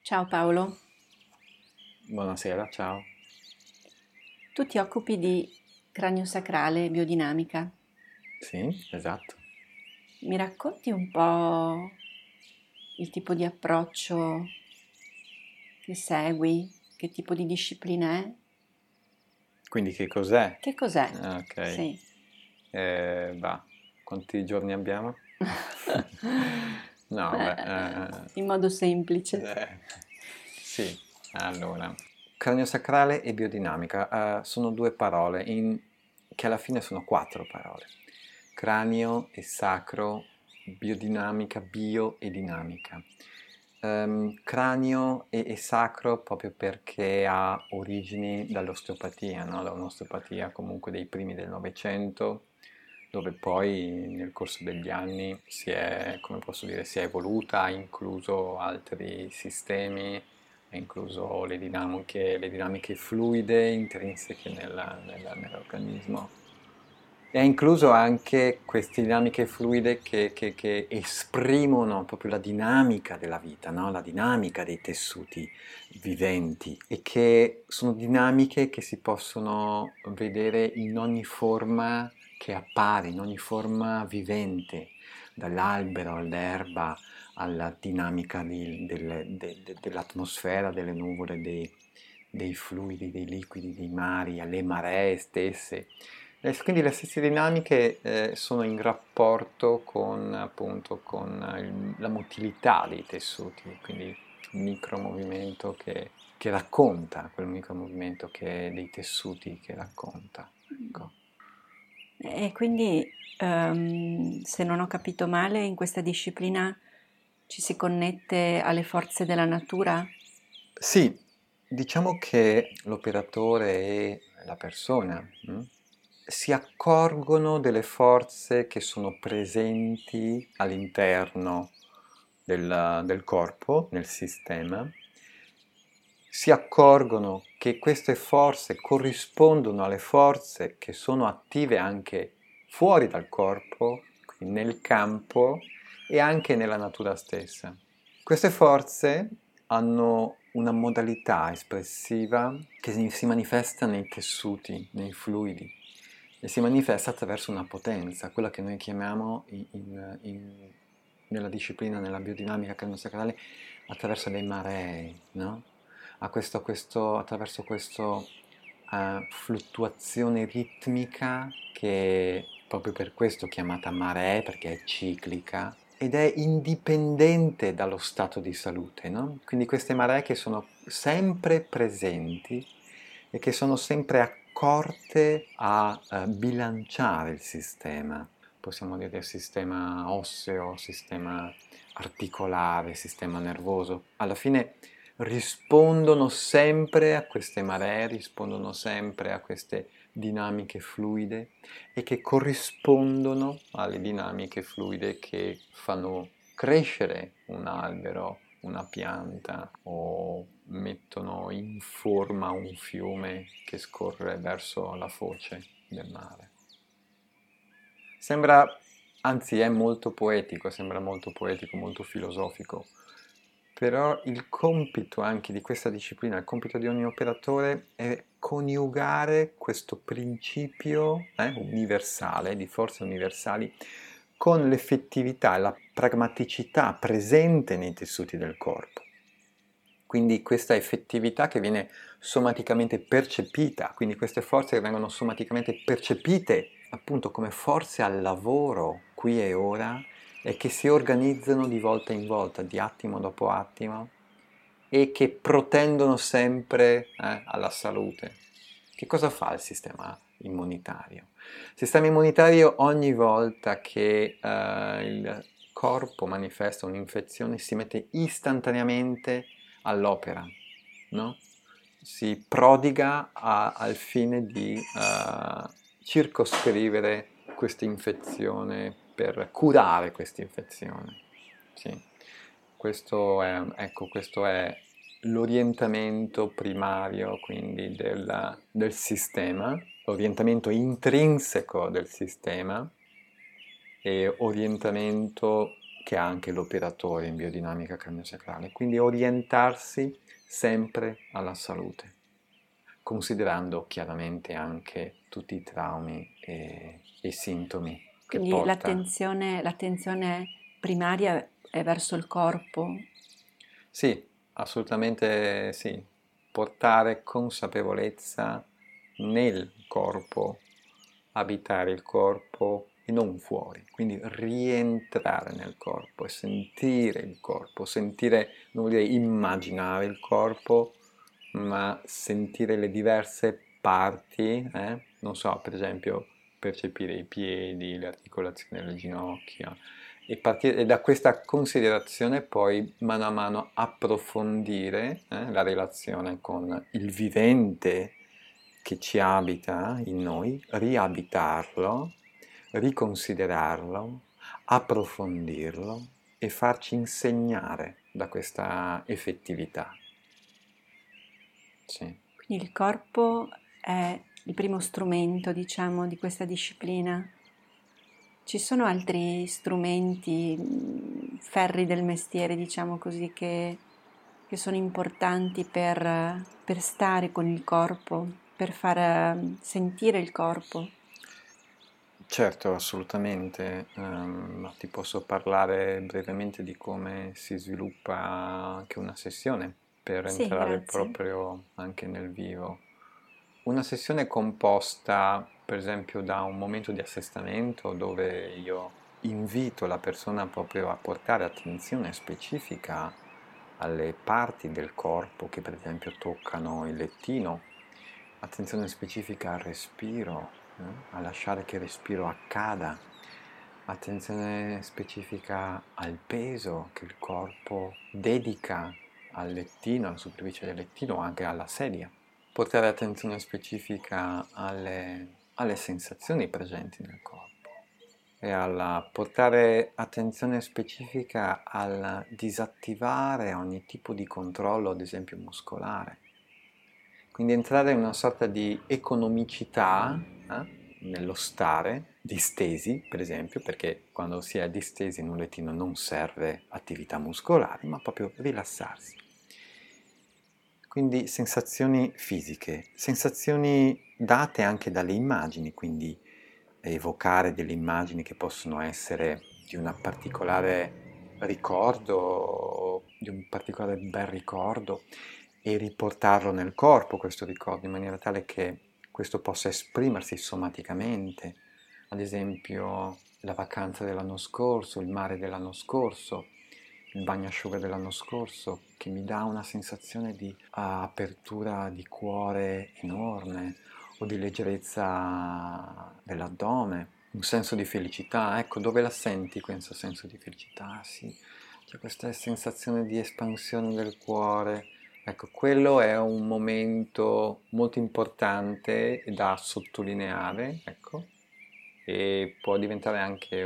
Ciao Paolo, Buonasera, ciao. tu ti occupi di craniosacrale e biodinamica. Sì, esatto. Mi racconti un po' il tipo di approccio che segui, che tipo di disciplina è? Quindi che cos'è? Che cos'è? Ah, ok. Sì. Va, quanti giorni abbiamo? No, beh, In modo semplice. eh, sì, allora. Craniosacrale e biodinamica sono due parole che alla fine sono quattro parole. Cranio e sacro, biodinamica, bio e dinamica. Cranio e sacro proprio perché ha origini dall'osteopatia, no? Da un'osteopatia comunque dei primi del Novecento, dove poi nel corso degli anni come posso dire, si è evoluta, ha incluso altri sistemi, ha incluso le dinamiche fluide intrinseche nell'organismo e ha incluso anche queste dinamiche fluide che esprimono proprio la dinamica della vita, no? La dinamica dei tessuti viventi e che sono dinamiche che si possono vedere in ogni forma che appare, in ogni forma vivente, dall'albero all'erba alla dinamica dell'atmosfera, delle nuvole, dei fluidi, dei liquidi, dei mari, alle maree stesse. Quindi le stesse dinamiche sono in rapporto con, appunto, con la motilità dei tessuti, quindi il micromovimento che racconta, quel micromovimento che è dei tessuti che racconta. Ecco. E quindi, se non ho capito male, in questa disciplina ci si connette alle forze della natura? Sì, diciamo che l'operatore e la persona si accorgono delle forze che sono presenti all'interno del corpo, nel sistema, si accorgono che queste forze corrispondono alle forze che sono attive anche fuori dal corpo, quindi nel campo e anche nella natura stessa. Queste forze hanno una modalità espressiva che si manifesta nei tessuti, nei fluidi e si manifesta attraverso una potenza, quella che noi chiamiamo nella disciplina, nella biodinamica craniosacrale, attraverso le maree, no? Attraverso questa fluttuazione ritmica che proprio per questo è chiamata maree, perché è ciclica, ed è indipendente dallo stato di salute, no? Quindi queste maree che sono sempre presenti e che sono sempre accorte a bilanciare il sistema, possiamo dire sistema osseo, sistema articolare, sistema nervoso. Alla fine rispondono sempre a queste maree, rispondono sempre a queste dinamiche fluide e che corrispondono alle dinamiche fluide che fanno crescere un albero, una pianta o mettono in forma un fiume che scorre verso la foce del mare. Sembra, anzi è molto poetico, sembra molto poetico, molto filosofico, però il compito anche di questa disciplina, il compito di ogni operatore è coniugare questo principio universale, di forze universali, con l'effettività e la pragmaticità presente nei tessuti del corpo. Quindi questa effettività che viene somaticamente percepita, quindi queste forze che vengono somaticamente percepite appunto come forze al lavoro qui e ora e che si organizzano di volta in volta, di attimo dopo attimo e che protendono sempre alla salute. Che cosa fa il sistema immunitario? Il sistema immunitario ogni volta che il corpo manifesta un'infezione si mette istantaneamente all'opera, no? Si prodiga al fine di circoscrivere questa infezione, per curare questa infezione. Sì. Questo è l'orientamento primario quindi del sistema, l'orientamento intrinseco del sistema e orientamento che ha anche l'operatore in biodinamica craniosacrale, quindi orientarsi sempre alla salute, considerando chiaramente anche tutti i traumi e sintomi che Quindi porta. l'attenzione primaria è verso il corpo. Sì, assolutamente sì, portare consapevolezza nel corpo, abitare il corpo e non fuori, quindi rientrare nel corpo e sentire il corpo, sentire, non vuol dire immaginare il corpo, ma sentire le diverse parti, non so, per esempio percepire i piedi, le articolazioni delle ginocchia, e da questa considerazione poi mano a mano approfondire la relazione con il vivente che ci abita in noi, riabitarlo, riconsiderarlo, approfondirlo e farci insegnare da questa effettività. Sì. Quindi il corpo è il primo strumento, diciamo, di questa disciplina. Ci sono altri strumenti, ferri del mestiere, diciamo così, che sono importanti per stare con il corpo, per far sentire il corpo. Certo, assolutamente. Ma ti posso parlare brevemente di come si sviluppa anche una sessione per Sì, entrare grazie. proprio anche nel vivo. Una sessione è composta, per esempio, da un momento di assestamento dove io invito la persona proprio a portare attenzione specifica alle parti del corpo che per esempio toccano il lettino, attenzione specifica al respiro, a lasciare che il respiro accada, attenzione specifica al peso che il corpo dedica al lettino, alla superficie del lettino o anche alla sedia. Portare attenzione specifica alle sensazioni presenti nel corpo e portare attenzione specifica al disattivare ogni tipo di controllo, ad esempio muscolare. Quindi entrare in una sorta di economicità nello stare, distesi per esempio, perché quando si è distesi in un lettino non serve attività muscolare, ma proprio rilassarsi. Quindi sensazioni fisiche, sensazioni date anche dalle immagini, quindi evocare delle immagini che possono essere di un particolare ricordo, di un particolare bel ricordo e riportarlo nel corpo questo ricordo in maniera tale che questo possa esprimersi somaticamente, ad esempio la vacanza dell'anno scorso, il mare dell'anno scorso, il bagnasciuga dell'anno scorso, che mi dà una sensazione di apertura di cuore enorme o di leggerezza dell'addome, un senso di felicità. Ecco, dove la senti questo senso di felicità? Sì, c'è questa sensazione di espansione del cuore. Ecco, quello è un momento molto importante da sottolineare, ecco, e può diventare anche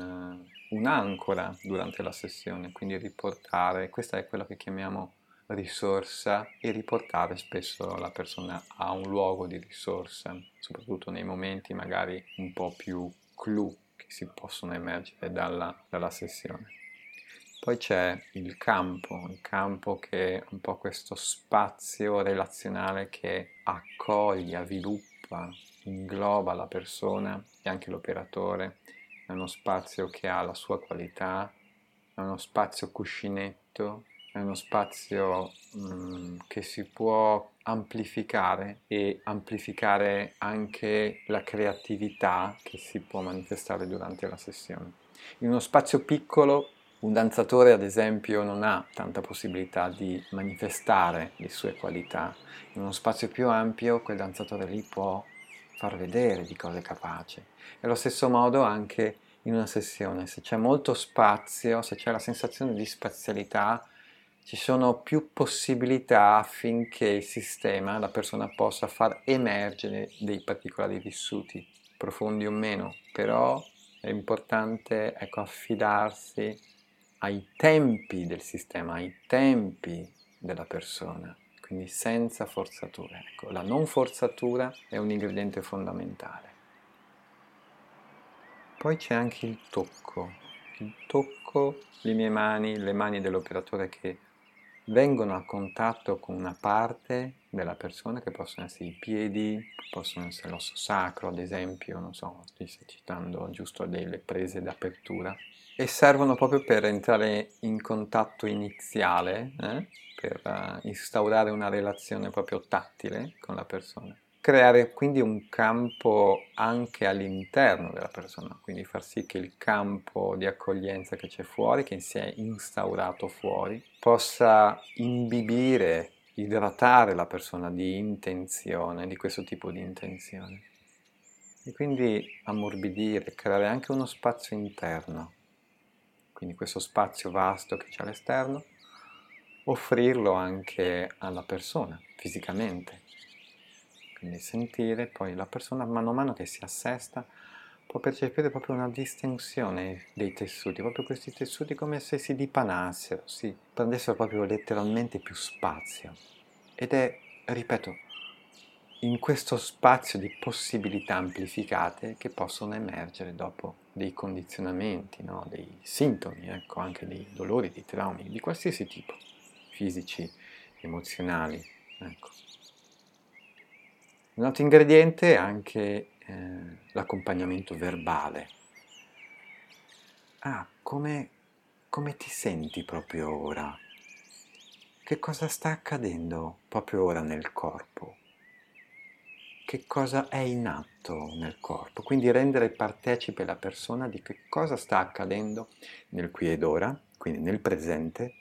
un'ancora durante la sessione, quindi riportare, questa è quella che chiamiamo risorsa, e riportare spesso la persona a un luogo di risorsa, soprattutto nei momenti magari un po' più clou che si possono emergere dalla sessione. Poi c'è il campo che è un po' questo spazio relazionale che accoglie, avviluppa, ingloba la persona e anche l'operatore. È uno spazio che ha la sua qualità, è uno spazio cuscinetto, è uno spazio che si può amplificare e amplificare anche la creatività che si può manifestare durante la sessione. In uno spazio piccolo un danzatore, ad esempio, non ha tanta possibilità di manifestare le sue qualità. In uno spazio più ampio, quel danzatore lì può far vedere di cosa è capace. E allo stesso modo anche in una sessione, se c'è molto spazio, se c'è la sensazione di spazialità, ci sono più possibilità affinché il sistema, la persona possa far emergere dei particolari vissuti, profondi o meno, però è importante, ecco, affidarsi ai tempi del sistema, ai tempi della persona, quindi senza forzature. Ecco, la non forzatura è un ingrediente fondamentale. Poi c'è anche il tocco tocco le mie mani, le mani dell'operatore che vengono a contatto con una parte della persona, che possono essere i piedi, possono essere l'osso sacro, ad esempio, non so, ti sto citando giusto delle prese d'apertura, e servono proprio per entrare in contatto iniziale, per instaurare una relazione proprio tattile con la persona. Creare quindi un campo anche all'interno della persona, quindi far sì che il campo di accoglienza che c'è fuori, che si è instaurato fuori, possa imbibire, idratare la persona di intenzione, di questo tipo di intenzione. E quindi ammorbidire, creare anche uno spazio interno, quindi questo spazio vasto che c'è all'esterno, offrirlo anche alla persona, fisicamente. Quindi sentire poi la persona mano a mano che si assesta può percepire proprio una distensione dei tessuti, proprio questi tessuti come se si dipanassero, si prendessero proprio letteralmente più spazio. Ed è, ripeto, in questo spazio di possibilità amplificate che possono emergere dopo dei condizionamenti, no? Dei sintomi, ecco, anche dei dolori, dei traumi, di qualsiasi tipo, fisici, emozionali, ecco. Un altro ingrediente è anche l'accompagnamento verbale. Come ti senti proprio ora? Che cosa sta accadendo proprio ora nel corpo? Che cosa è in atto nel corpo? Quindi rendere partecipe la persona di che cosa sta accadendo nel qui ed ora, quindi nel presente,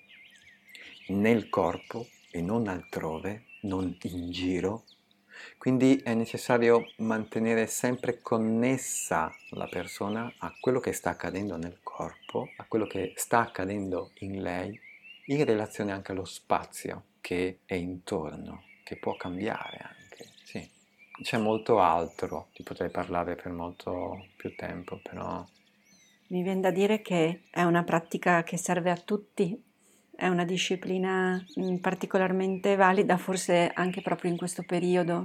nel corpo e non altrove, non in giro. Quindi è necessario mantenere sempre connessa la persona a quello che sta accadendo nel corpo, a quello che sta accadendo in lei, in relazione anche allo spazio che è intorno, che può cambiare anche, sì. C'è molto altro, ti potrei parlare per molto più tempo, però... Mi viene da dire che è una pratica che serve a tutti, è una disciplina particolarmente valida, forse anche proprio in questo periodo.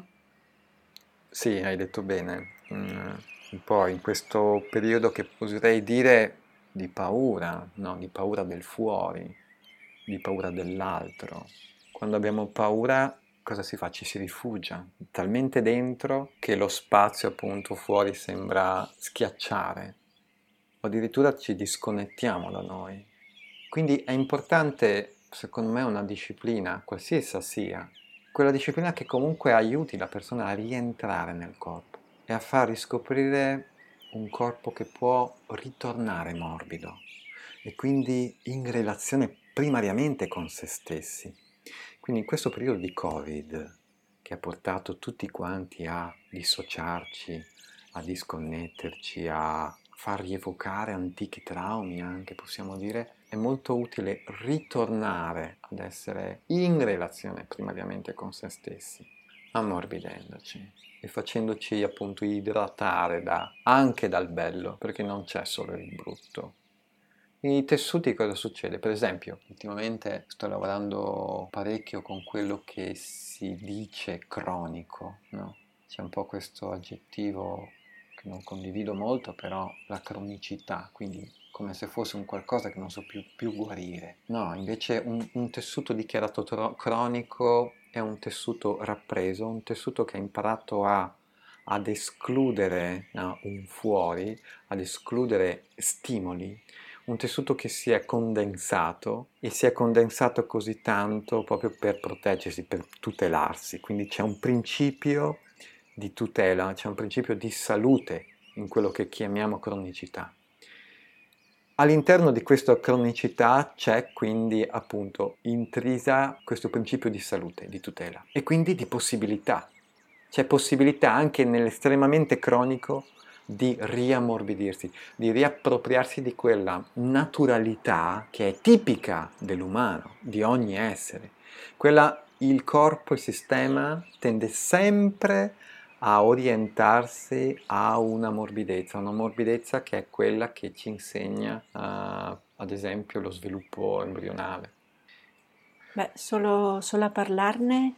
Sì, hai detto bene, un po' in questo periodo che oserei dire di paura, no? Di paura del fuori, di paura dell'altro. Quando abbiamo paura, cosa si fa? Ci si rifugia talmente dentro che lo spazio appunto fuori sembra schiacciare, o addirittura ci disconnettiamo da noi. Quindi è importante, secondo me, una disciplina, qualsiasi sia, quella disciplina che comunque aiuti la persona a rientrare nel corpo e a far riscoprire un corpo che può ritornare morbido e quindi in relazione primariamente con se stessi. Quindi in questo periodo di Covid, che ha portato tutti quanti a dissociarci, a disconnetterci, a far rievocare antichi traumi anche, possiamo dire, è molto utile ritornare ad essere in relazione primariamente con se stessi, ammorbidendoci e facendoci appunto idratare anche dal bello, perché non c'è solo il brutto. I tessuti cosa succede? Per esempio, ultimamente sto lavorando parecchio con quello che si dice cronico, no? C'è un po' questo aggettivo che non condivido molto, però la cronicità, quindi come se fosse un qualcosa che non so più guarire. No, invece un tessuto dichiarato cronico è un tessuto rappreso, un tessuto che ha imparato ad escludere, no, un fuori, ad escludere stimoli, un tessuto che si è condensato e si è condensato così tanto proprio per proteggersi, per tutelarsi. Quindi c'è un principio di tutela, c'è un principio di salute in quello che chiamiamo cronicità. All'interno di questa cronicità c'è quindi appunto intrisa questo principio di salute, di tutela e quindi di possibilità. C'è possibilità anche nell'estremamente cronico di riammorbidirsi, di riappropriarsi di quella naturalità che è tipica dell'umano, di ogni essere. Il corpo, il sistema tende sempre a orientarsi a una morbidezza che è quella che ci insegna, ad esempio, lo sviluppo embrionale. Beh, solo a parlarne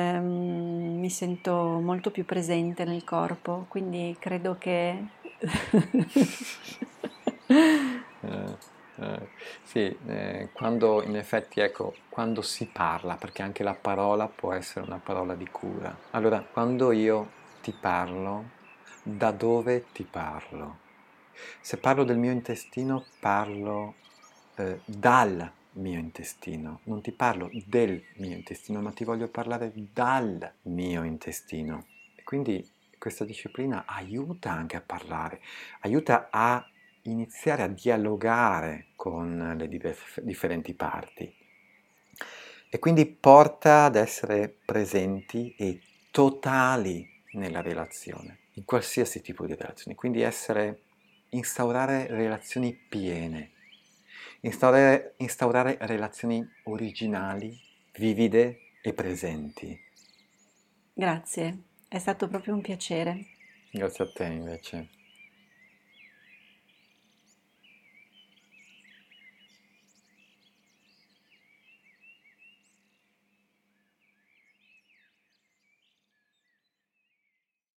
mi sento molto più presente nel corpo, quindi credo che... Sì, quando in effetti, ecco, quando si parla, perché anche la parola può essere una parola di cura. Allora, quando io ti parlo, da dove ti parlo? Se parlo del mio intestino, parlo dal mio intestino, non ti parlo del mio intestino, ma ti voglio parlare dal mio intestino. E quindi questa disciplina aiuta anche a parlare, aiuta a iniziare a dialogare con le differenti parti e quindi porta ad essere presenti e totali nella relazione, in qualsiasi tipo di relazione, quindi instaurare relazioni piene, instaurare relazioni originali, vivide e presenti. Grazie, è stato proprio un piacere. Grazie a te invece.